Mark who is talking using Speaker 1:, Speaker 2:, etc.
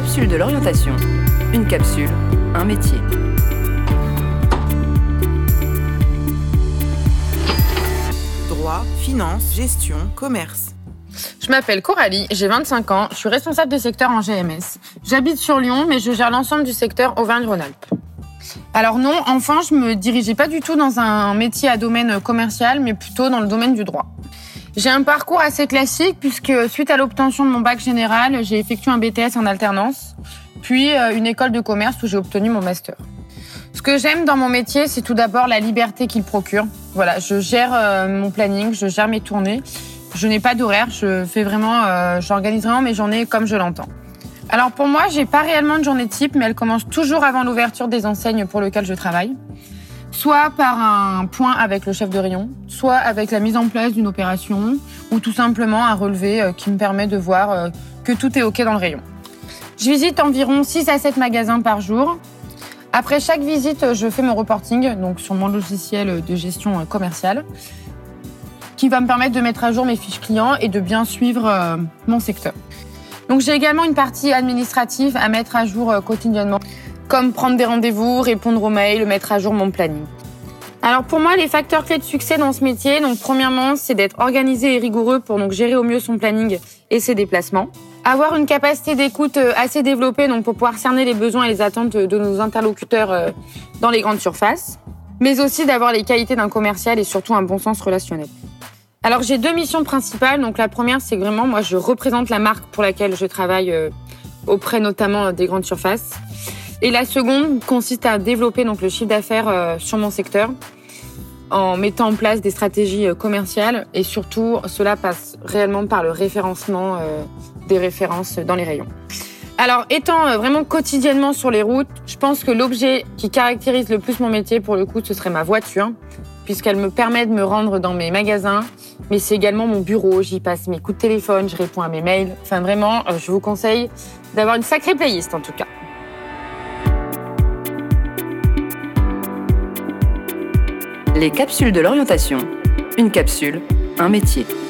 Speaker 1: capsule de l'orientation. Une capsule, un métier.
Speaker 2: Droit, finance, gestion, commerce.
Speaker 3: Je m'appelle Coralie, j'ai 25 ans, je suis responsable de secteur en GMS. J'habite sur Lyon, mais je gère l'ensemble du secteur Auvergne-Rhône-Alpes. Alors non, enfin, je me dirigeais pas du tout dans un métier à domaine commercial, mais plutôt dans le domaine du droit. J'ai un parcours assez classique, puisque suite à l'obtention de mon bac général, j'ai effectué un BTS en alternance, puis une école de commerce où j'ai obtenu mon master. Ce que j'aime dans mon métier, c'est tout d'abord la liberté qu'il procure. Voilà, je gère mon planning, je gère mes tournées. Je n'ai pas d'horaire, j'organise vraiment mes journées comme je l'entends. Alors pour moi, j'ai pas réellement de journée type, mais elle commence toujours avant l'ouverture des enseignes pour lesquelles je travaille. Soit par un point avec le chef de rayon, soit avec la mise en place d'une opération, ou tout simplement un relevé qui me permet de voir que tout est OK dans le rayon. Je visite environ 6 à 7 magasins par jour. Après chaque visite, je fais mon reporting, donc sur mon logiciel de gestion commerciale, qui va me permettre de mettre à jour mes fiches clients et de bien suivre mon secteur. Donc j'ai également une partie administrative à mettre à jour quotidiennement, comme prendre des rendez-vous, répondre aux mails, mettre à jour mon planning. Alors pour moi, les facteurs clés de succès dans ce métier, donc premièrement, c'est d'être organisé et rigoureux pour donc gérer au mieux son planning et ses déplacements. Avoir une capacité d'écoute assez développée donc pour pouvoir cerner les besoins et les attentes de nos interlocuteurs dans les grandes surfaces, mais aussi d'avoir les qualités d'un commercial et surtout un bon sens relationnel. Alors j'ai 2 missions principales. Donc la première, c'est que vraiment moi je représente la marque pour laquelle je travaille auprès notamment des grandes surfaces. Et la seconde consiste à développer donc le chiffre d'affaires sur mon secteur en mettant en place des stratégies commerciales et surtout cela passe réellement par le référencement des références dans les rayons. Alors étant vraiment quotidiennement sur les routes, je pense que l'objet qui caractérise le plus mon métier pour le coup, ce serait ma voiture, puisqu'elle me permet de me rendre dans mes magasins, mais c'est également mon bureau, j'y passe mes coups de téléphone, je réponds à mes mails. Enfin vraiment, je vous conseille d'avoir une sacrée playlist en tout cas.
Speaker 1: Les capsules de l'orientation. Une capsule, un métier.